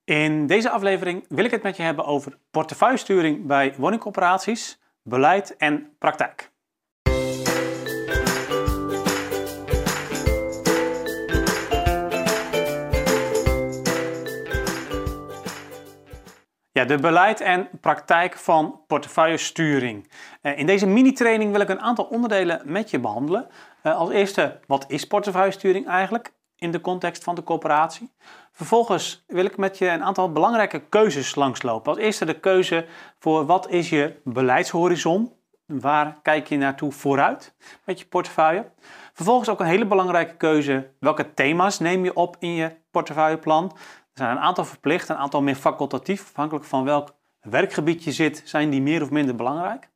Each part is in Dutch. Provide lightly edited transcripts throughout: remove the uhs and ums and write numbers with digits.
In deze aflevering wil ik het met je hebben over portefeuillesturing bij woningcorporaties, beleid en praktijk. Ja, de beleid en praktijk van portefeuillesturing. In deze mini-training wil ik een aantal onderdelen met je behandelen. Als eerste, wat is portefeuillesturing eigenlijk in de context van de corporatie? Vervolgens wil ik met je een aantal belangrijke keuzes langslopen. Als eerste de keuze voor wat is je beleidshorizon? Waar kijk je naartoe vooruit met je portefeuille? Vervolgens ook een hele belangrijke keuze, welke thema's neem je op in je portefeuilleplan? Er zijn een aantal verplicht, een aantal meer facultatief. Afhankelijk van welk werkgebied je zit, zijn die meer of minder belangrijk.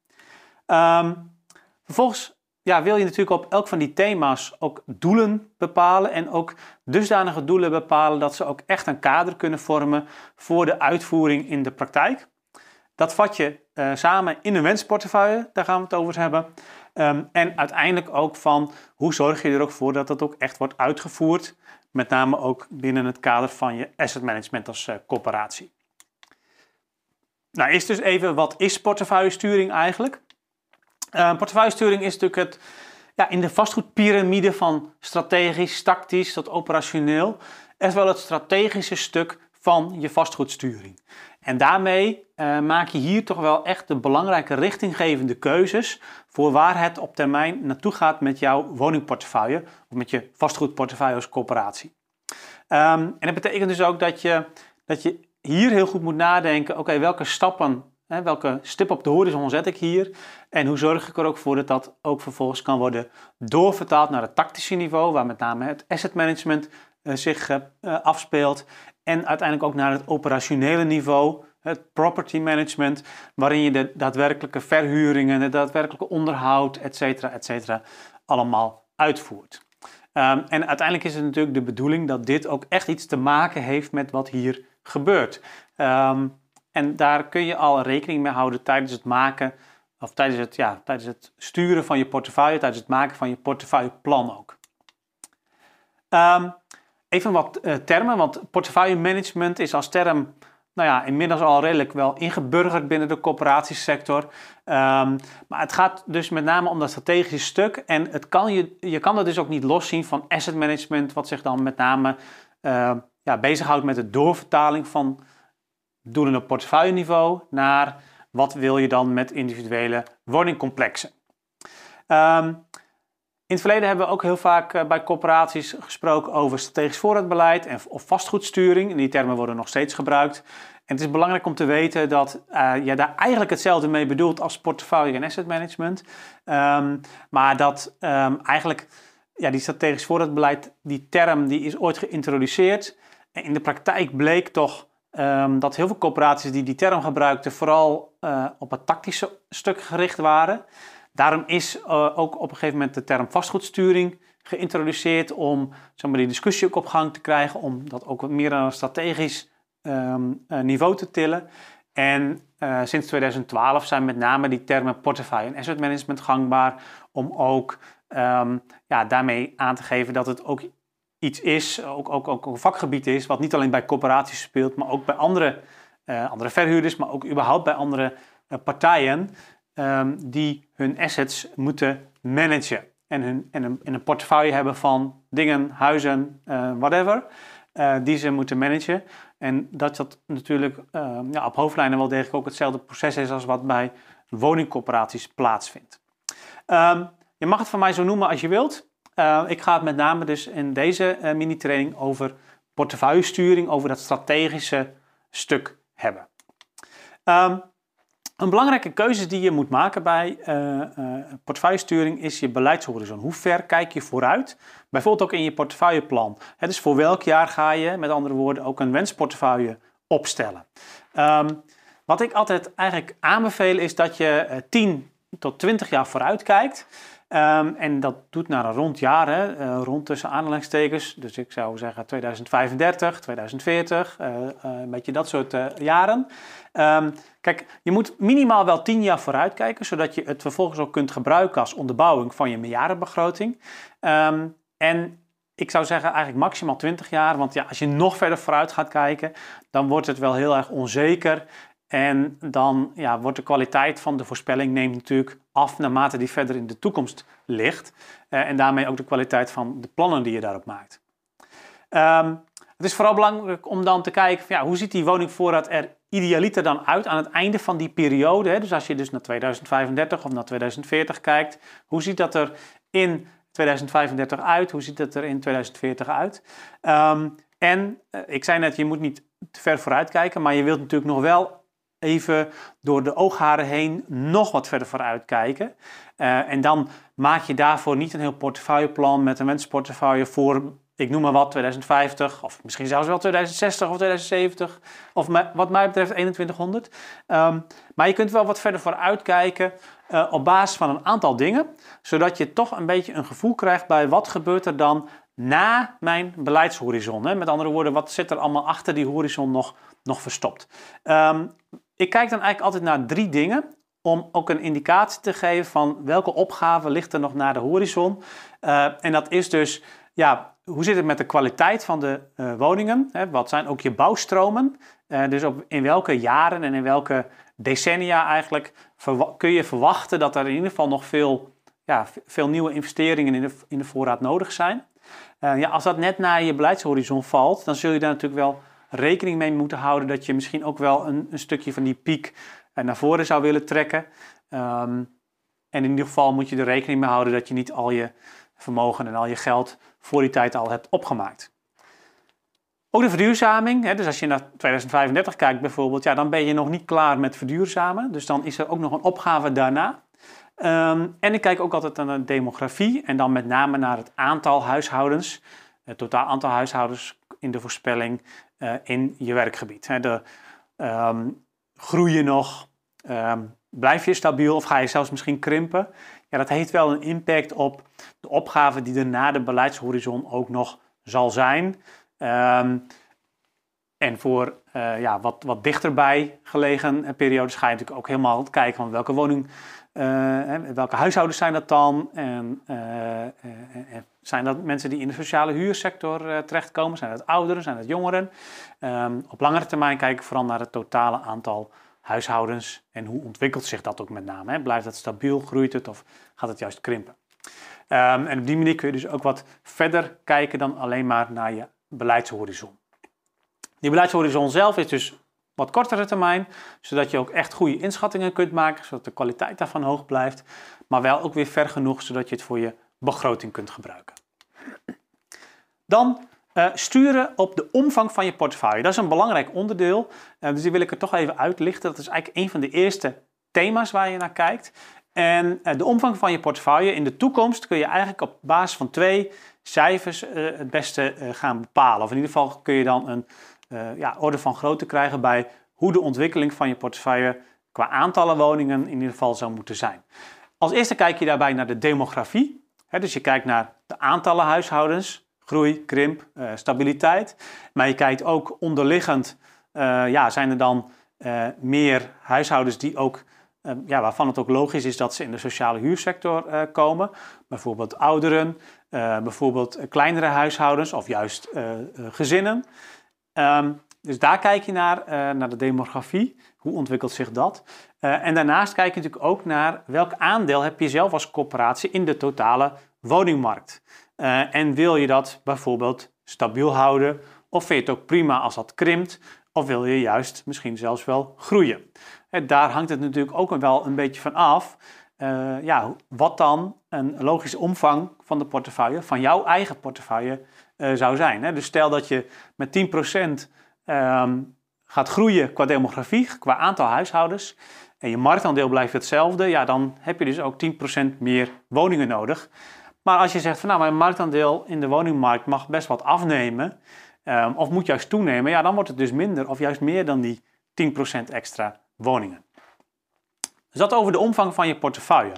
Vervolgens wil je natuurlijk op elk van die thema's ook doelen bepalen. En ook dusdanige doelen bepalen dat ze ook echt een kader kunnen vormen voor de uitvoering in de praktijk. Dat vat je samen in een wensportefeuille, daar gaan we het over hebben. En uiteindelijk ook van hoe zorg je er ook voor dat het ook echt wordt uitgevoerd. Met name ook binnen het kader van je asset management als corporatie. Nou, eerst dus even, wat is portefeuillesturing eigenlijk? Portefeuillesturing is natuurlijk in de vastgoedpyramide van strategisch, tactisch tot operationeel, echt wel het strategische stuk van je vastgoedsturing. En daarmee maak je hier toch wel echt de belangrijke richtinggevende keuzes voor waar het op termijn naartoe gaat met jouw woningportefeuille of met je vastgoedportefeuille als corporatie. En dat betekent dus ook dat je hier heel goed moet nadenken, oké, welke stappen, welke stip op de horizon zet ik hier en hoe zorg ik er ook voor dat dat ook vervolgens kan worden doorvertaald naar het tactische niveau, waar met name het asset management zich afspeelt. En uiteindelijk ook naar het operationele niveau, het property management, waarin je de daadwerkelijke verhuringen, het daadwerkelijke onderhoud, et cetera, allemaal uitvoert. En uiteindelijk is het natuurlijk de bedoeling dat dit ook echt iets te maken heeft met wat hier gebeurt. En daar kun je al rekening mee houden tijdens het maken, of tijdens het sturen van je portefeuille, tijdens het maken van je portefeuilleplan ook. Even wat termen, want portefeuille management is als term inmiddels al redelijk wel ingeburgerd binnen de corporatiesector. Maar het gaat dus met name om dat strategische stuk. En je kan dat dus ook niet loszien van asset management, wat zich dan met name bezighoudt met de doorvertaling van doelen op portefeuilleniveau naar wat wil je dan met individuele woningcomplexen. In het verleden hebben we ook heel vaak bij corporaties gesproken over strategisch voorraadbeleid of vastgoedsturing. En die termen worden nog steeds gebruikt. En het is belangrijk om te weten dat je daar eigenlijk hetzelfde mee bedoelt als portefeuille en asset management. Maar dat eigenlijk die strategisch voorraadbeleid, die term, die is ooit geïntroduceerd. En in de praktijk bleek toch dat heel veel corporaties die term gebruikten vooral op het tactische stuk gericht waren. Daarom is ook op een gegeven moment de term vastgoedsturing geïntroduceerd om die discussie ook op gang te krijgen, om dat ook wat meer naar een strategisch niveau te tillen. En sinds 2012 zijn met name die termen portefeuille en asset management gangbaar om ook daarmee aan te geven dat het ook iets is, ook een vakgebied is, wat niet alleen bij corporaties speelt, maar ook bij andere verhuurders, maar ook überhaupt bij andere partijen die hun assets moeten managen. En een portefeuille hebben van dingen, huizen, whatever, die ze moeten managen. En dat natuurlijk op hoofdlijnen wel degelijk ook hetzelfde proces is als wat bij woningcorporaties plaatsvindt. Je mag het van mij zo noemen als je wilt. Ik ga het met name dus in deze mini-training over portefeuillesturing, over dat strategische stuk hebben. Een belangrijke keuze die je moet maken bij portefeuillesturing is je beleidshorizon. Hoe ver kijk je vooruit? Bijvoorbeeld ook in je portefeuilleplan. Dus voor welk jaar ga je, met andere woorden, ook een wensportefeuille opstellen? Wat ik altijd eigenlijk aanbeveel is dat je 10 tot 20 jaar vooruit kijkt. En dat doet naar een rond jaar, rond tussen aanhalingstekens. Dus ik zou zeggen 2035, 2040, een beetje dat soort jaren. Kijk, je moet minimaal wel 10 jaar vooruit kijken, zodat je het vervolgens ook kunt gebruiken als onderbouwing van je meerjarenbegroting. En ik zou zeggen eigenlijk maximaal 20 jaar. Want ja, als je nog verder vooruit gaat kijken, dan wordt het wel heel erg onzeker. En dan wordt de kwaliteit van de voorspelling neemt natuurlijk af naarmate die verder in de toekomst ligt. En daarmee ook de kwaliteit van de plannen die je daarop maakt. Het is vooral belangrijk om dan te kijken van, hoe ziet die woningvoorraad er idealiter dan uit aan het einde van die periode. Hè? Dus als je dus naar 2035 of naar 2040 kijkt, hoe ziet dat er in 2035 uit? Hoe ziet dat er in 2040 uit? Ik zei net, je moet niet te ver vooruit kijken, maar je wilt natuurlijk nog wel even door de oogharen heen nog wat verder vooruit kijken. En dan maak je daarvoor niet een heel portefeuilleplan met een wensportefeuille voor, ik noem maar wat, 2050 of misschien zelfs wel 2060 of 2070 of wat mij betreft 2100. Maar je kunt wel wat verder vooruit kijken op basis van een aantal dingen, zodat je toch een beetje een gevoel krijgt bij wat gebeurt er dan na mijn beleidshorizon. Hè? Met andere woorden, wat zit er allemaal achter die horizon nog verstopt. Ik kijk dan eigenlijk altijd naar 3 dingen om ook een indicatie te geven van welke opgave ligt er nog naar de horizon. En dat is dus, hoe zit het met de kwaliteit van de woningen? Hè? Wat zijn ook je bouwstromen? Dus in welke jaren en in welke decennia eigenlijk kun je verwachten dat er in ieder geval nog veel nieuwe investeringen in de voorraad nodig zijn. Als dat net naar je beleidshorizon valt, dan zul je daar natuurlijk wel rekening mee moeten houden dat je misschien ook wel een stukje van die piek naar voren zou willen trekken. En in ieder geval moet je er rekening mee houden dat je niet al je vermogen en al je geld voor die tijd al hebt opgemaakt. Ook de verduurzaming, hè, dus als je naar 2035 kijkt bijvoorbeeld, dan ben je nog niet klaar met verduurzamen. Dus dan is er ook nog een opgave daarna. En ik kijk ook altijd naar de demografie en dan met name naar het aantal huishoudens, het totaal aantal huishoudens in de voorspelling in je werkgebied. Groei je nog? Blijf je stabiel of ga je zelfs misschien krimpen? Dat heeft wel een impact op de opgave die er na de beleidshorizon ook nog zal zijn. En voor wat dichterbij gelegen periodes ga je natuurlijk ook helemaal kijken van welke huishoudens zijn dat dan? En zijn dat mensen die in de sociale huursector terechtkomen? Zijn dat ouderen? Zijn dat jongeren? Op langere termijn kijken vooral naar het totale aantal huishoudens en hoe ontwikkelt zich dat ook met name. Hè? Blijft het stabiel? Groeit het of gaat het juist krimpen? En op die manier kun je dus ook wat verder kijken dan alleen maar naar je beleidshorizon. Die beleidshorizon zelf is dus wat kortere termijn, zodat je ook echt goede inschattingen kunt maken, zodat de kwaliteit daarvan hoog blijft, maar wel ook weer ver genoeg, zodat je het voor je begroting kunt gebruiken. Dan sturen op de omvang van je portefeuille. Dat is een belangrijk onderdeel, dus die wil ik er toch even uitlichten. Dat is eigenlijk een van de eerste thema's waar je naar kijkt. En de omvang van je portefeuille in de toekomst kun je eigenlijk op basis van 2 cijfers het beste gaan bepalen. Of in ieder geval kun je dan een orde van grootte krijgen bij hoe de ontwikkeling van je portefeuille qua aantallen woningen in ieder geval zou moeten zijn. Als eerste kijk je daarbij naar de demografie. Dus je kijkt naar de aantallen huishoudens, groei, krimp, stabiliteit. Maar je kijkt ook onderliggend, zijn er dan meer huishoudens die ook, waarvan het ook logisch is dat ze in de sociale huursector komen. Bijvoorbeeld ouderen, bijvoorbeeld kleinere huishoudens of juist gezinnen. Dus daar kijk je naar de demografie. Hoe ontwikkelt zich dat? En daarnaast kijk je natuurlijk ook naar welk aandeel heb je zelf als corporatie in de totale woningmarkt. En wil je dat bijvoorbeeld stabiel houden? Of vind je het ook prima als dat krimpt? Of wil je juist misschien zelfs wel groeien? Daar hangt het natuurlijk ook wel een beetje van af. Wat dan een logische omvang van de portefeuille, van jouw eigen portefeuille, zou zijn. Dus stel dat je met 10% gaat groeien qua demografie, qua aantal huishoudens, en je marktaandeel blijft hetzelfde, dan heb je dus ook 10% meer woningen nodig. Maar als je zegt van mijn marktaandeel in de woningmarkt mag best wat afnemen, of moet juist toenemen, dan wordt het dus minder of juist meer dan die 10% extra woningen. Dus dat over de omvang van je portefeuille.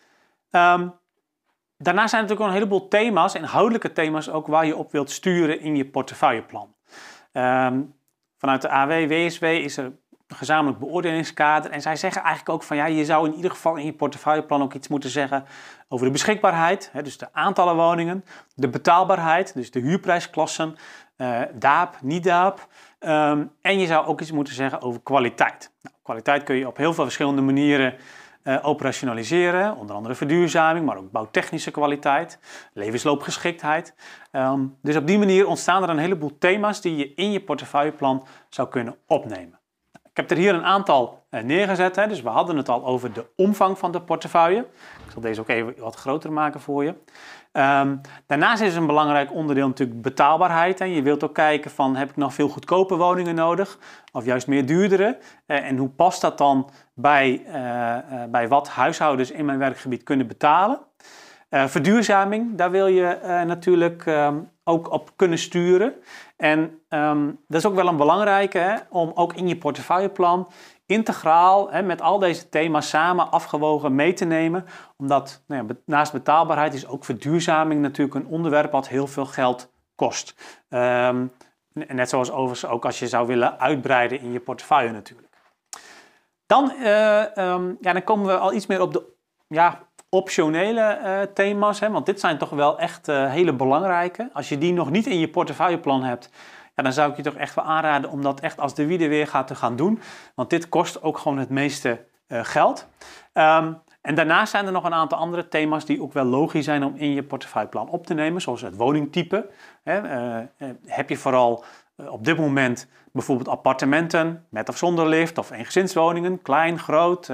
Daarnaast zijn er natuurlijk een heleboel thema's, inhoudelijke thema's ook, waar je op wilt sturen in je portefeuilleplan. Vanuit de AW, WSW is er gezamenlijk beoordelingskader. En zij zeggen eigenlijk ook van ja, je zou in ieder geval in je portefeuilleplan ook iets moeten zeggen over de beschikbaarheid. Dus de aantallen woningen, de betaalbaarheid, dus de huurprijsklassen, DAAP, niet DAAP. En je zou ook iets moeten zeggen over kwaliteit. Nou, kwaliteit kun je op heel veel verschillende manieren operationaliseren, onder andere verduurzaming, maar ook bouwtechnische kwaliteit, levensloopgeschiktheid. Dus op die manier ontstaan er een heleboel thema's die je in je portefeuilleplan zou kunnen opnemen. Ik heb er hier een aantal neergezet, dus we hadden het al over de omvang van de portefeuille. Ik zal deze ook even wat groter maken voor je. Daarnaast is een belangrijk onderdeel natuurlijk betaalbaarheid. Je wilt ook kijken van, heb ik nog veel goedkope woningen nodig of juist meer duurdere? En hoe past dat dan bij wat huishoudens in mijn werkgebied kunnen betalen? Verduurzaming, daar wil je natuurlijk ook op kunnen sturen. En dat is ook wel een belangrijke, om ook in je portefeuilleplan integraal met al deze thema's samen afgewogen mee te nemen. Omdat naast betaalbaarheid is ook verduurzaming natuurlijk een onderwerp wat heel veel geld kost. Net zoals overigens ook als je zou willen uitbreiden in je portefeuille natuurlijk. Dan komen we al iets meer op de optionele thema's. Want dit zijn toch wel echt hele belangrijke. Als je die nog niet in je portefeuilleplan hebt, dan zou ik je toch echt wel aanraden om dat echt als de wiede weer gaat te gaan doen. Want dit kost ook gewoon het meeste geld. En daarnaast zijn er nog een aantal andere thema's die ook wel logisch zijn om in je portefeuilleplan op te nemen. Zoals het woningtype. Heb je vooral op dit moment bijvoorbeeld appartementen met of zonder lift of eengezinswoningen, klein, groot.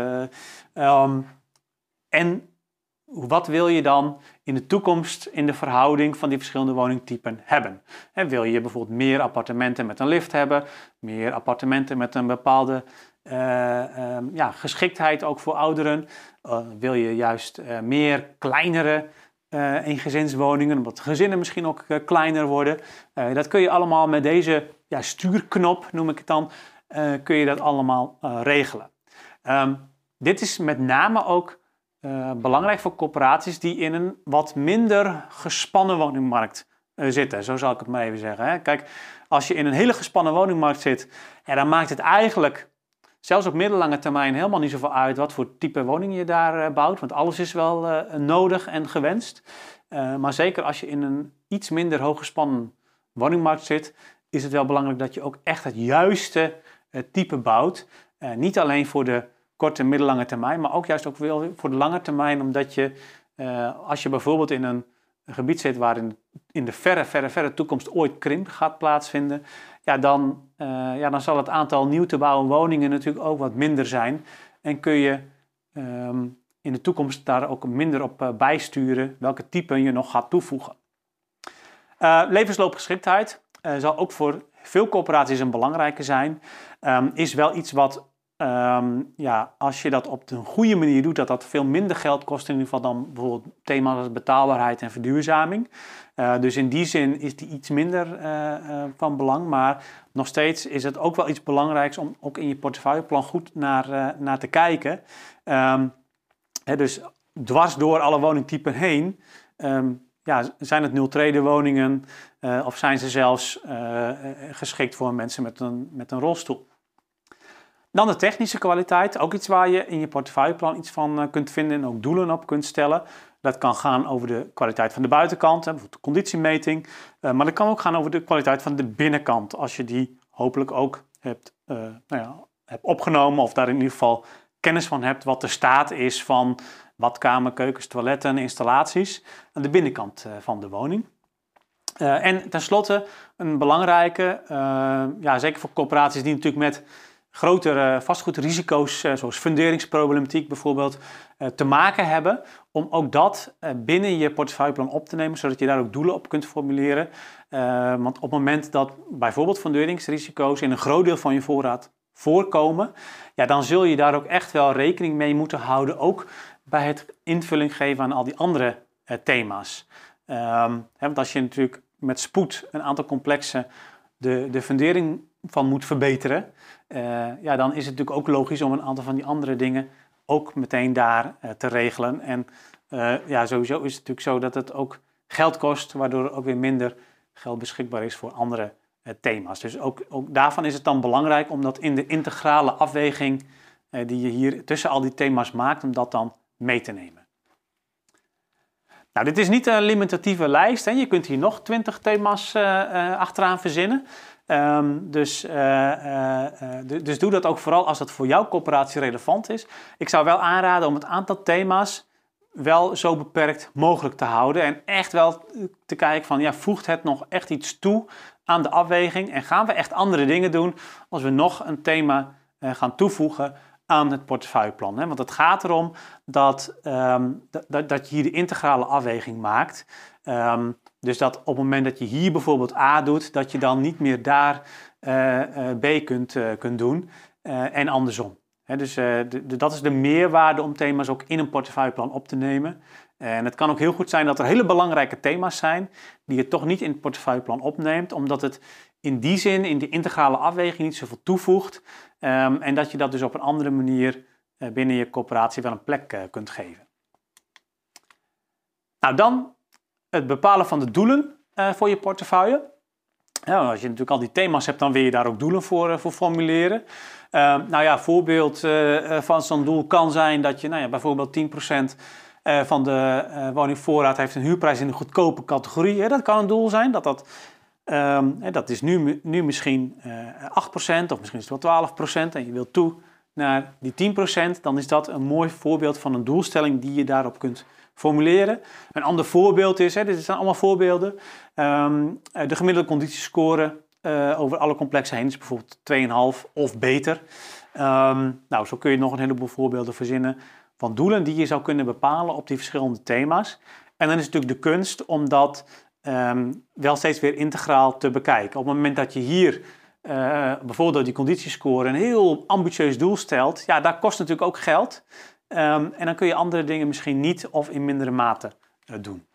En wat wil je dan in de toekomst in de verhouding van die verschillende woningtypen hebben? Wil je bijvoorbeeld meer appartementen met een lift hebben, meer appartementen met een bepaalde geschiktheid ook voor ouderen? Wil je juist meer kleinere eengezinswoningen, omdat gezinnen misschien ook kleiner worden? Dat kun je allemaal met deze stuurknop, noem ik het dan, kun je dat allemaal regelen. Dit is met name ook belangrijk voor corporaties die in een wat minder gespannen woningmarkt zitten. Zo zal ik het maar even zeggen. Kijk, als je in een hele gespannen woningmarkt zit, dan maakt het eigenlijk zelfs op middellange termijn helemaal niet zoveel uit wat voor type woning je daar bouwt. Want alles is wel nodig en gewenst. Maar zeker als je in een iets minder hooggespannen woningmarkt zit, is het wel belangrijk dat je ook echt het juiste type bouwt. Niet alleen voor de korte en middellange termijn, maar ook juist ook wel voor de lange termijn. Omdat je, als je bijvoorbeeld in een gebied zit waar in de verre toekomst ooit krimp gaat plaatsvinden, dan zal het aantal nieuw te bouwen woningen natuurlijk ook wat minder zijn. En kun je in de toekomst daar ook minder op bijsturen welke typen je nog gaat toevoegen. Levensloopgeschiktheid zal ook voor veel corporaties een belangrijke zijn. Is wel iets wat, als je dat op een goede manier doet, dat veel minder geld kost in ieder geval dan bijvoorbeeld thema's als betaalbaarheid en verduurzaming. Dus in die zin is die iets minder van belang, maar nog steeds is het ook wel iets belangrijks om ook in je portefeuilleplan goed naar te kijken. Dus dwars door alle woningtypen heen, zijn het nul-trede woningen of zijn ze zelfs geschikt voor mensen met een rolstoel. Dan de technische kwaliteit, ook iets waar je in je portefeuilleplan iets van kunt vinden en ook doelen op kunt stellen. Dat kan gaan over de kwaliteit van de buitenkant, bijvoorbeeld de conditiemating. Maar dat kan ook gaan over de kwaliteit van de binnenkant, als je die hopelijk ook hebt opgenomen of daar in ieder geval kennis van hebt wat de staat is van badkamer, keukens, toiletten, installaties aan de binnenkant van de woning. En tenslotte een belangrijke, zeker voor corporaties die natuurlijk met grotere vastgoedrisico's, zoals funderingsproblematiek bijvoorbeeld, te maken hebben, om ook dat binnen je portefeuilleplan op te nemen, zodat je daar ook doelen op kunt formuleren. Want op het moment dat bijvoorbeeld funderingsrisico's in een groot deel van je voorraad voorkomen, dan zul je daar ook echt wel rekening mee moeten houden, ook bij het invulling geven aan al die andere thema's. Want als je natuurlijk met spoed een aantal complexen de fundering van moet verbeteren, dan is het natuurlijk ook logisch om een aantal van die andere dingen ook meteen daar te regelen. En sowieso is het natuurlijk zo dat het ook geld kost, waardoor er ook weer minder geld beschikbaar is voor andere thema's. Dus ook daarvan is het dan belangrijk om dat in de integrale afweging die je hier tussen al die thema's maakt, om dat dan mee te nemen. Nou, dit is niet een limitatieve lijst. Hè. Je kunt hier nog 20 thema's achteraan verzinnen. Dus doe dat ook vooral als het voor jouw coöperatie relevant is. Ik zou wel aanraden om het aantal thema's wel zo beperkt mogelijk te houden. En echt wel te kijken van, ja, voegt het nog echt iets toe aan de afweging? En gaan we echt andere dingen doen als we nog een thema gaan toevoegen aan het portefeuilleplan? Hè? Want het gaat erom dat je hier de integrale afweging maakt. Dus dat op het moment dat je hier bijvoorbeeld A doet, dat je dan niet meer daar B kunt doen en andersom. Dus dat is de meerwaarde om thema's ook in een portefeuilleplan op te nemen. En het kan ook heel goed zijn dat er hele belangrijke thema's zijn die je toch niet in het portefeuilleplan opneemt, omdat het in die zin, in de integrale afweging, niet zoveel toevoegt. En dat je dat dus op een andere manier binnen je coöperatie wel een plek kunt geven. Nou, dan het bepalen van de doelen voor je portefeuille. Ja, als je natuurlijk al die thema's hebt, dan wil je daar ook doelen voor formuleren. Nou ja, voorbeeld van zo'n doel kan zijn dat je bijvoorbeeld 10% van de woningvoorraad heeft een huurprijs in de goedkope categorie. Ja, dat kan een doel zijn. Dat is nu misschien 8% of misschien is het wel 12% en je wilt toe naar die 10%. Dan is dat een mooi voorbeeld van een doelstelling die je daarop kunt formuleren. Een ander voorbeeld is, dit zijn allemaal voorbeelden, de gemiddelde conditiescore over alle complexen heen is bijvoorbeeld 2,5 of beter. Nou, zo kun je nog een heleboel voorbeelden verzinnen van doelen die je zou kunnen bepalen op die verschillende thema's. En dan is het natuurlijk de kunst om dat wel steeds weer integraal te bekijken. Op het moment dat je hier bijvoorbeeld door die conditiescore een heel ambitieus doel stelt, ja, dat kost natuurlijk ook geld. En dan kun je andere dingen misschien niet of in mindere mate doen.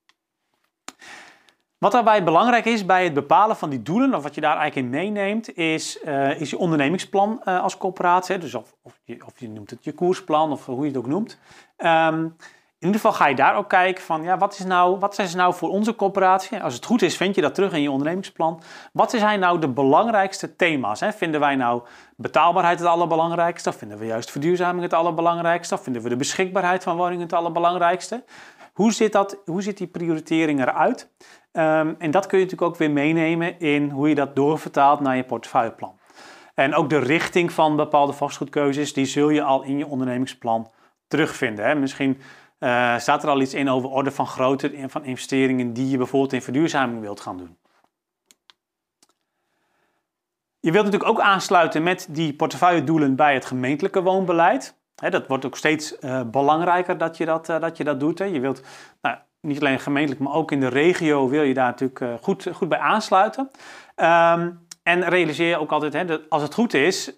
Wat daarbij belangrijk is bij het bepalen van die doelen, of wat je daar eigenlijk in meeneemt, is je ondernemingsplan als coöperatie. Dus of je noemt het je koersplan of hoe je het ook noemt. In ieder geval ga je daar ook kijken van, ja, wat zijn ze nou voor onze coöperatie? Als het goed is, vind je dat terug in je ondernemingsplan. Wat zijn nou de belangrijkste thema's? Hè? Vinden wij nou betaalbaarheid het allerbelangrijkste? Of vinden we juist verduurzaming het allerbelangrijkste? Of vinden we de beschikbaarheid van woningen het allerbelangrijkste? Hoe ziet die prioritering eruit? En dat kun je natuurlijk ook weer meenemen in hoe je dat doorvertaalt naar je portefeuilleplan. En ook de richting van bepaalde vastgoedkeuzes, die zul je al in je ondernemingsplan terugvinden. Hè? Misschien staat er al iets in over orde van grootte van investeringen die je bijvoorbeeld in verduurzaming wilt gaan doen. Je wilt natuurlijk ook aansluiten met die portefeuilledoelen bij het gemeentelijke woonbeleid. Dat wordt ook steeds belangrijker dat je dat doet. Je wilt niet alleen gemeentelijk, maar ook in de regio wil je daar natuurlijk goed bij aansluiten. En realiseer je ook altijd, dat als het goed is,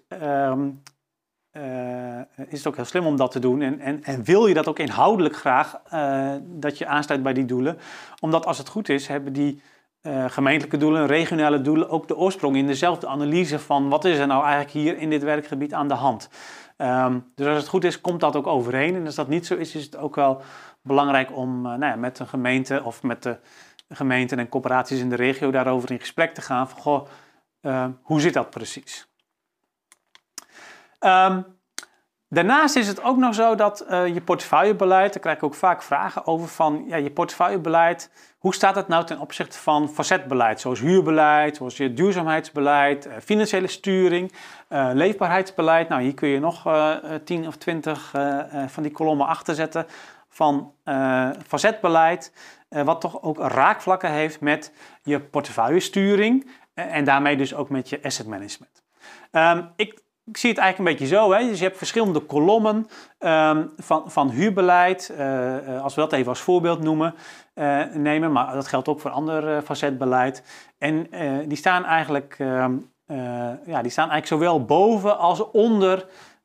is het ook heel slim om dat te doen. En wil je dat ook inhoudelijk graag, dat je aansluit bij die doelen. Omdat als het goed is, hebben die gemeentelijke doelen, regionale doelen ook de oorsprong in dezelfde analyse van wat is er nou eigenlijk hier in dit werkgebied aan de hand. Dus als het goed is, komt dat ook overeen. En als dat niet zo is, is het ook wel belangrijk om met een gemeente of met de gemeenten en corporaties in de regio daarover in gesprek te gaan. Van, hoe zit dat precies? Daarnaast is het ook nog zo dat je portefeuillebeleid, daar krijg ik ook vaak vragen over van, ja, je portefeuillebeleid, hoe staat het nou ten opzichte van facetbeleid, zoals huurbeleid, zoals je duurzaamheidsbeleid, financiële sturing, leefbaarheidsbeleid. Nou, hier kun je nog 10 of 20 van die kolommen achter zetten van facetbeleid, wat toch ook raakvlakken heeft met je portefeuillesturing en daarmee dus ook met je asset management. Ik zie het eigenlijk een beetje zo. Hè? Dus je hebt verschillende kolommen van huurbeleid. Als we dat even als voorbeeld nemen. Maar dat geldt ook voor ander facetbeleid. En die staan eigenlijk zowel boven als onder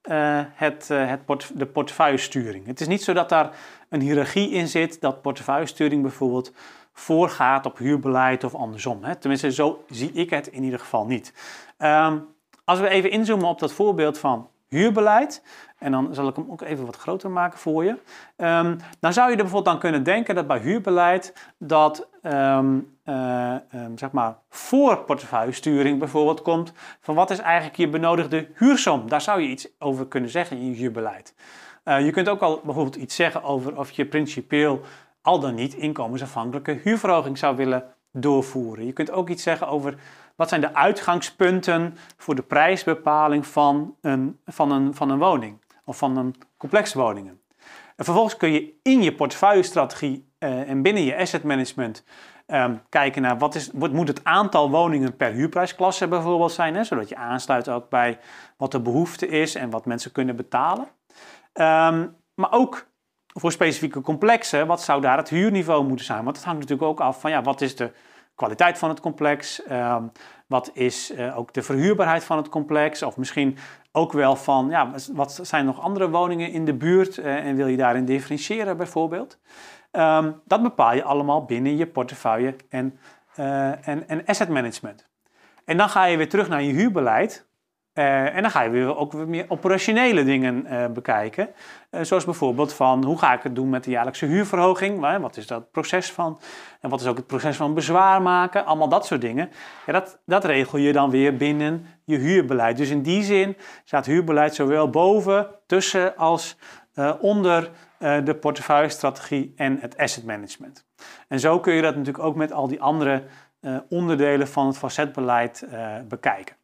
de portefeuillesturing. Het is niet zo dat daar een hiërarchie in zit. Dat portefeuillesturing bijvoorbeeld voorgaat op huurbeleid of andersom. Hè? Tenminste, zo zie ik het in ieder geval niet. Als we even inzoomen op dat voorbeeld van huurbeleid, en dan zal ik hem ook even wat groter maken voor je. Dan zou je er bijvoorbeeld aan kunnen denken dat bij huurbeleid dat zeg maar voor portefeuillesturing bijvoorbeeld komt van wat is eigenlijk je benodigde huursom. Daar zou je iets over kunnen zeggen in je huurbeleid. Je kunt ook al bijvoorbeeld iets zeggen over of je principieel al dan niet inkomensafhankelijke huurverhoging zou willen doorvoeren. Je kunt ook iets zeggen over wat zijn de uitgangspunten voor de prijsbepaling van een woning of van een complex woningen. En vervolgens kun je in je portefeuillestrategie en binnen je asset management kijken naar wat moet het aantal woningen per huurprijsklasse bijvoorbeeld zijn, hè, zodat je aansluit ook bij wat de behoefte is en wat mensen kunnen betalen. Maar ook voor specifieke complexen, wat zou daar het huurniveau moeten zijn? Want het hangt natuurlijk ook af van ja, wat is de kwaliteit van het complex? Wat is ook de verhuurbaarheid van het complex? Of misschien ook wel van ja, wat zijn nog andere woningen in de buurt en wil je daarin differentiëren bijvoorbeeld? Dat bepaal je allemaal binnen je portefeuille en asset management. En dan ga je weer terug naar je huurbeleid. En dan ga je weer ook weer meer operationele dingen bekijken. Zoals bijvoorbeeld van hoe ga ik het doen met de jaarlijkse huurverhoging? Wat is dat proces van? En wat is ook het proces van bezwaar maken? Allemaal dat soort dingen. Ja, dat regel je dan weer binnen je huurbeleid. Dus in die zin staat huurbeleid zowel boven, tussen als onder de portefeuillestrategie en het asset management. En zo kun je dat natuurlijk ook met al die andere onderdelen van het facetbeleid bekijken.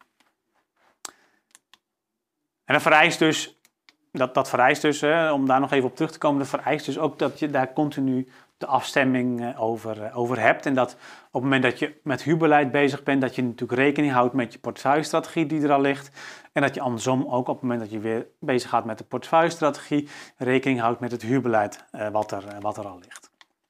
En dat vereist dus, om daar nog even op terug te komen, dat vereist dus ook dat je daar continu de afstemming over hebt. En dat op het moment dat je met huurbeleid bezig bent, dat je natuurlijk rekening houdt met je portefeuillestrategie die er al ligt. En dat je andersom ook op het moment dat je weer bezig gaat met de portefeuillestrategie, rekening houdt met het huurbeleid wat er al ligt.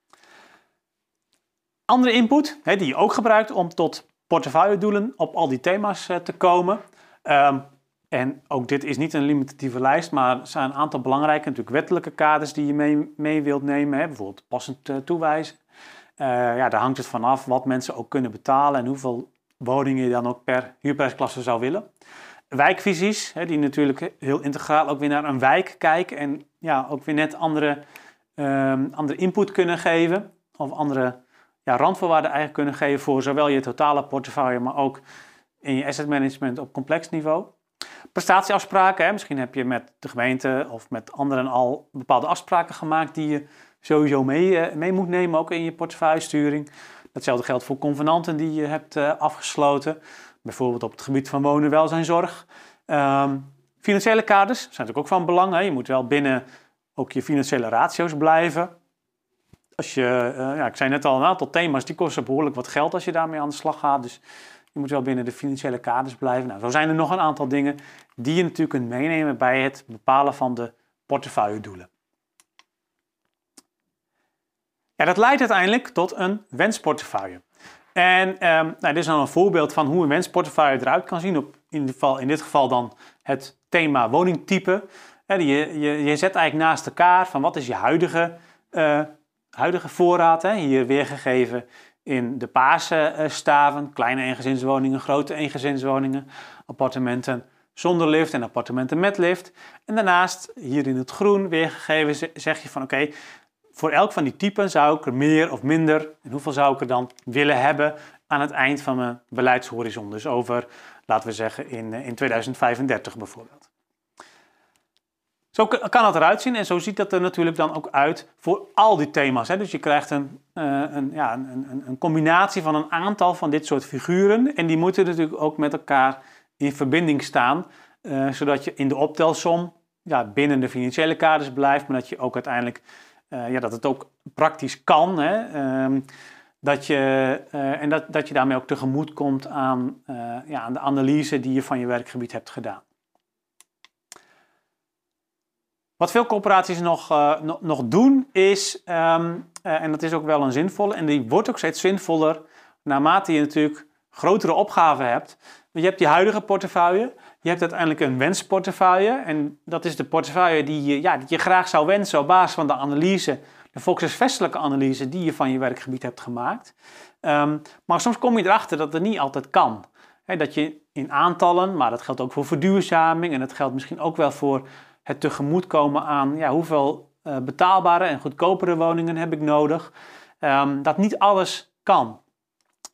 Andere input die je ook gebruikt om tot portefeuilledoelen op al die thema's te komen. En ook dit is niet een limitatieve lijst, maar er zijn een aantal belangrijke natuurlijk wettelijke kaders die je mee wilt nemen. Hè? Bijvoorbeeld passend toewijzen. Daar hangt het vanaf wat mensen ook kunnen betalen en hoeveel woningen je dan ook per huurprijsklasse zou willen. Wijkvisies, die natuurlijk heel integraal ook weer naar een wijk kijken en ja, ook weer net andere input kunnen geven. Of andere randvoorwaarden eigenlijk kunnen geven voor zowel je totale portefeuille, maar ook in je asset management op complex niveau. Prestatieafspraken, misschien heb je met de gemeente of met anderen al bepaalde afspraken gemaakt die je sowieso mee moet nemen, ook in je portefeuillesturing. Datzelfde geldt voor convenanten die je hebt afgesloten, bijvoorbeeld op het gebied van wonen, welzijn, zorg. Financiële kaders zijn natuurlijk ook van belang. Hè. Je moet wel binnen ook je financiële ratio's blijven. Als je, ik zei net al, een aantal thema's die kosten behoorlijk wat geld als je daarmee aan de slag gaat. Dus je moet wel binnen de financiële kaders blijven. Nou, zo zijn er nog een aantal dingen die je natuurlijk kunt meenemen bij het bepalen van de portefeuilledoelen. Ja, dat leidt uiteindelijk tot een wensportefeuille. En dit is dan een voorbeeld van hoe een wensportefeuille eruit kan zien. In dit geval dan het thema woningtype. Je zet eigenlijk naast elkaar van wat is je huidige voorraad. Hier weergegeven in de paarse staven, kleine eengezinswoningen, grote eengezinswoningen, appartementen zonder lift en appartementen met lift. En daarnaast, hier in het groen weergegeven, zeg je van oké, voor elk van die typen zou ik er meer of minder, en hoeveel zou ik er dan willen hebben aan het eind van mijn beleidshorizon. Dus over, laten we zeggen, in 2035 bijvoorbeeld. Zo kan het eruit zien en zo ziet dat er natuurlijk dan ook uit voor al die thema's. Dus je krijgt een combinatie van een aantal van dit soort figuren. En die moeten natuurlijk ook met elkaar in verbinding staan. Zodat je in de optelsom binnen de financiële kaders blijft. Maar dat je ook uiteindelijk, dat het ook praktisch kan. Dat je daarmee ook tegemoet komt aan de analyse die je van je werkgebied hebt gedaan. Wat veel corporaties nog doen is, en dat is ook wel een zinvolle, en die wordt ook steeds zinvoller naarmate je natuurlijk grotere opgaven hebt. Je hebt je huidige portefeuille, je hebt uiteindelijk een wensportefeuille en dat is de portefeuille die je graag zou wensen op basis van de analyse, de volkshuisvestelijke analyse die je van je werkgebied hebt gemaakt. Maar soms kom je erachter dat het niet altijd kan. Dat je in aantallen, maar dat geldt ook voor verduurzaming en dat geldt misschien ook wel voor het tegemoetkomen aan hoeveel betaalbare en goedkopere woningen heb ik nodig. Dat niet alles kan.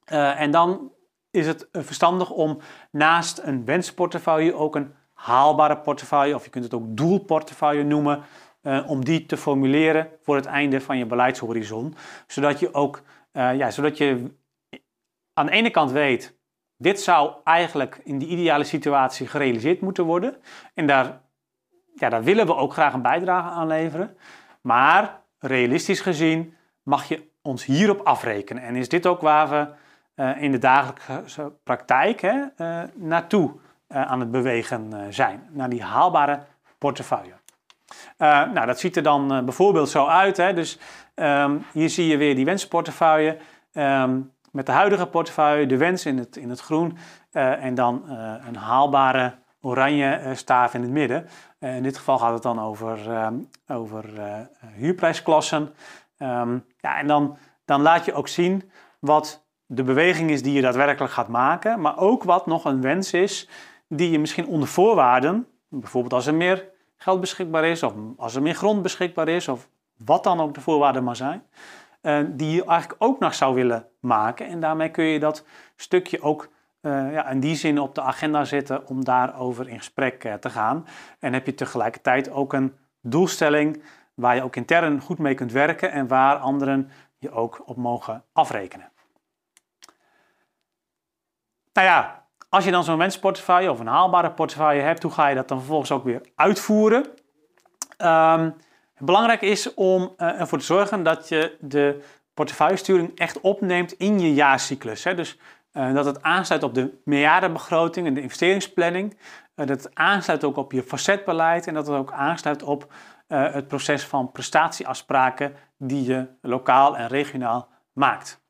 En dan is het verstandig om naast een wensportefeuille ook een haalbare portefeuille, of je kunt het ook doelportefeuille noemen, om die te formuleren voor het einde van je beleidshorizon. Zodat je ook zodat je aan de ene kant weet, dit zou eigenlijk in die ideale situatie gerealiseerd moeten worden. En daar willen we ook graag een bijdrage aan leveren. Maar realistisch gezien mag je ons hierop afrekenen. En is dit ook waar we in de dagelijkse praktijk naartoe aan het bewegen zijn. Naar die haalbare portefeuille. Dat ziet er dan bijvoorbeeld zo uit. Dus hier zie je weer die wensportefeuille. Met de huidige portefeuille, de wens in het groen. En dan een haalbare oranje staaf in het midden. In dit geval gaat het dan over huurprijsklassen. En dan laat je ook zien wat de beweging is die je daadwerkelijk gaat maken. Maar ook wat nog een wens is die je misschien onder voorwaarden, bijvoorbeeld als er meer geld beschikbaar is, of als er meer grond beschikbaar is, of wat dan ook de voorwaarden maar zijn, die je eigenlijk ook nog zou willen maken. En daarmee kun je dat stukje ook in die zin op de agenda zetten om daarover in gesprek te gaan. En heb je tegelijkertijd ook een doelstelling waar je ook intern goed mee kunt werken en waar anderen je ook op mogen afrekenen. Als je dan zo'n wensportefeuille of een haalbare portefeuille hebt, hoe ga je dat dan vervolgens ook weer uitvoeren? Belangrijk is om ervoor te zorgen dat je de portefeuillesturing echt opneemt in je jaarcyclus. Dus dat het aansluit op de meerjarenbegroting en de investeringsplanning. Dat het aansluit ook op je facetbeleid en dat het ook aansluit op het proces van prestatieafspraken die je lokaal en regionaal maakt.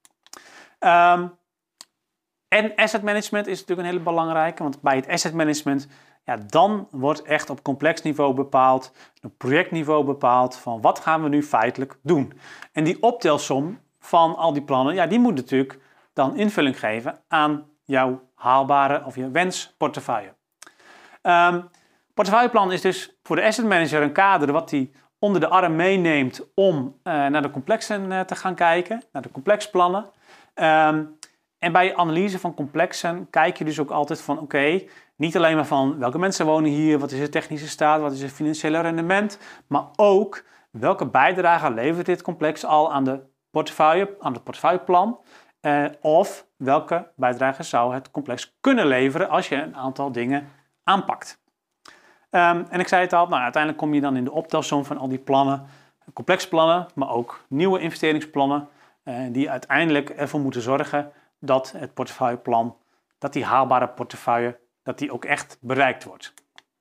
En asset management is natuurlijk een hele belangrijke, want bij het asset management, dan wordt echt op complex niveau bepaald, op projectniveau bepaald van wat gaan we nu feitelijk doen. En die optelsom van al die plannen, die moet natuurlijk dan invulling geven aan jouw haalbare of je wensportefeuille. Portefeuilleplan is dus voor de asset manager een kader wat hij onder de arm meeneemt om naar de complexen te gaan kijken, naar de complexplannen. En bij analyse van complexen kijk je dus ook altijd van niet alleen maar van welke mensen wonen hier, wat is de technische staat, wat is het financiële rendement, maar ook welke bijdrage levert dit complex al aan de portefeuille, aan het portefeuilleplan, of welke bijdrage zou het complex kunnen leveren als je een aantal dingen aanpakt. En ik zei het al, uiteindelijk kom je dan in de optelsom van al die plannen, complexplannen, maar ook nieuwe investeringsplannen, die uiteindelijk ervoor moeten zorgen dat het portefeuilleplan, dat die haalbare portefeuille, dat die ook echt bereikt wordt.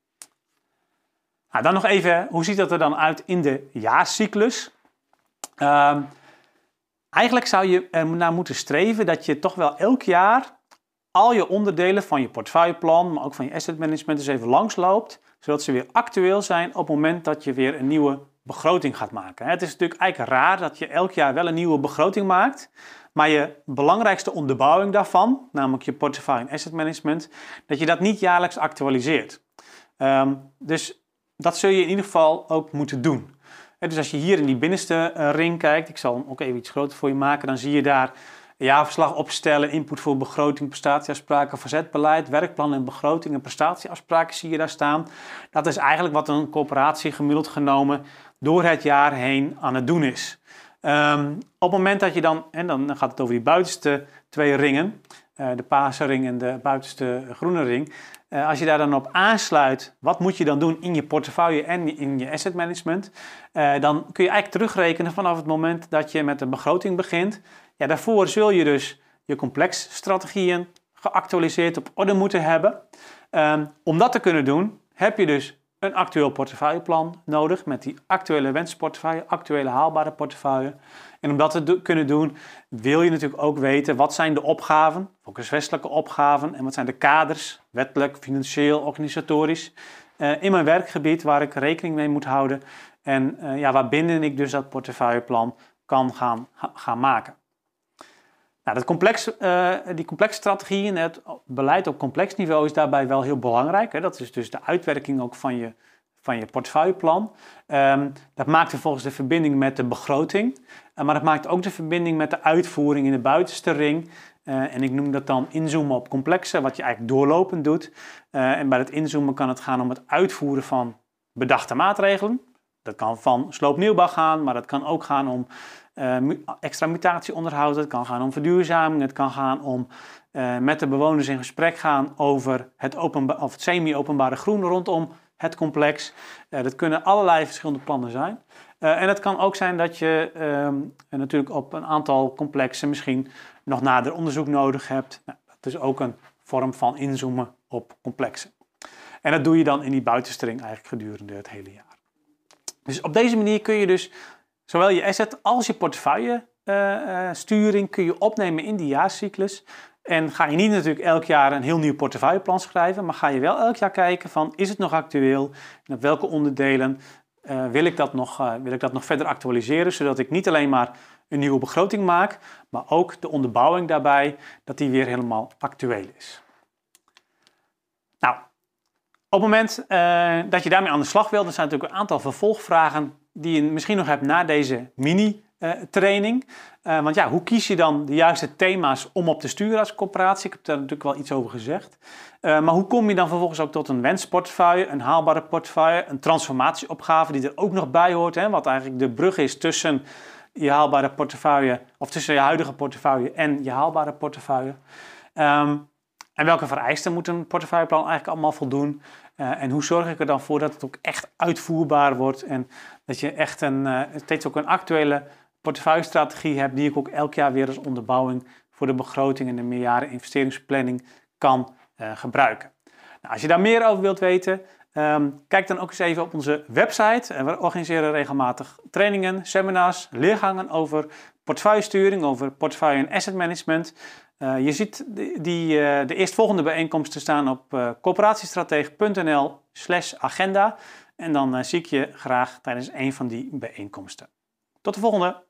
Dan nog even, hoe ziet dat er dan uit in de jaarcyclus? Eigenlijk zou je er naar moeten streven dat je toch wel elk jaar al je onderdelen van je portefeuilleplan, maar ook van je asset management eens even langsloopt, zodat ze weer actueel zijn op het moment dat je weer een nieuwe begroting gaat maken. Het is natuurlijk eigenlijk raar dat je elk jaar wel een nieuwe begroting maakt, maar je belangrijkste onderbouwing daarvan, namelijk je portefeuille en asset management, dat je dat niet jaarlijks actualiseert. Dus dat zul je in ieder geval ook moeten doen. Dus als je hier in die binnenste ring kijkt, ik zal hem ook even iets groter voor je maken, dan zie je daar jaarverslag opstellen, input voor begroting, prestatieafspraken, verzetbeleid, werkplan en begroting en prestatieafspraken zie je daar staan. Dat is eigenlijk wat een corporatie gemiddeld genomen door het jaar heen aan het doen is. Op het moment dat je dan gaat het over die buitenste twee ringen, de paarse ring en de buitenste groene ring. Als je daar dan op aansluit, wat moet je dan doen in je portefeuille en in je asset management? Dan kun je eigenlijk terugrekenen vanaf het moment dat je met de begroting begint. Daarvoor zul je dus je complexstrategieën geactualiseerd op orde moeten hebben. Om dat te kunnen doen, heb je dus een actueel portefeuilleplan nodig met die actuele wensportefeuille, actuele haalbare portefeuille. En om dat te kunnen doen, wil je natuurlijk ook weten wat zijn de opgaven, volkswestelijke opgaven en wat zijn de kaders, wettelijk, financieel, organisatorisch, in mijn werkgebied waar ik rekening mee moet houden en waarbinnen ik dus dat portefeuilleplan kan gaan maken. Die complexe strategie en het beleid op complex niveau is daarbij wel heel belangrijk. Dat is dus de uitwerking ook van je portefeuilleplan. Dat maakt vervolgens de verbinding met de begroting. Maar dat maakt ook de verbinding met de uitvoering in de buitenste ring. En ik noem dat dan inzoomen op complexen, wat je eigenlijk doorlopend doet. En bij het inzoomen kan het gaan om het uitvoeren van bedachte maatregelen. Dat kan van sloopnieuwbouw gaan, maar dat kan ook gaan om extra mutatieonderhoud. Het kan gaan om verduurzaming. Het kan gaan om met de bewoners in gesprek gaan over het semi-openbare groen rondom het complex. Dat kunnen allerlei verschillende plannen zijn. En het kan ook zijn dat je natuurlijk op een aantal complexen misschien nog nader onderzoek nodig hebt. Nou, dat is ook een vorm van inzoomen op complexen. En dat doe je dan in die buitenstring eigenlijk gedurende het hele jaar. Dus op deze manier kun je dus zowel je asset als je portefeuillesturing kun je opnemen in die jaarcyclus. En ga je niet natuurlijk elk jaar een heel nieuw portefeuilleplan schrijven, maar ga je wel elk jaar kijken van is het nog actueel en op welke onderdelen wil ik dat nog verder actualiseren, zodat ik niet alleen maar een nieuwe begroting maak, maar ook de onderbouwing daarbij, dat die weer helemaal actueel is. Nou, op het moment dat je daarmee aan de slag wilt, er zijn natuurlijk een aantal vervolgvragen die je misschien nog hebt na deze mini-training. Want ja, hoe kies je dan de juiste thema's om op te sturen als corporatie? Ik heb daar natuurlijk wel iets over gezegd. Maar hoe kom je dan vervolgens ook tot een wensportefeuille, een haalbare portefeuille, een transformatieopgave die er ook nog bij hoort, hè, wat eigenlijk de brug is tussen je haalbare portefeuille, of tussen je huidige portefeuille en je haalbare portefeuille. En welke vereisten moet een portefeuilleplan eigenlijk allemaal voldoen? En hoe zorg ik er dan voor dat het ook echt uitvoerbaar wordt en dat je echt steeds ook een actuele portefeuillestrategie hebt die ik ook elk jaar weer als onderbouwing voor de begroting en de meerjaren investeringsplanning kan gebruiken. Nou, als je daar meer over wilt weten, kijk dan ook eens even op onze website. We organiseren regelmatig trainingen, seminars, leergangen over portefeuillesturing, over portefeuille en asset management. Je ziet de eerstvolgende bijeenkomsten staan op corporatiestratege.nl/agenda. En dan zie ik je graag tijdens een van die bijeenkomsten. Tot de volgende!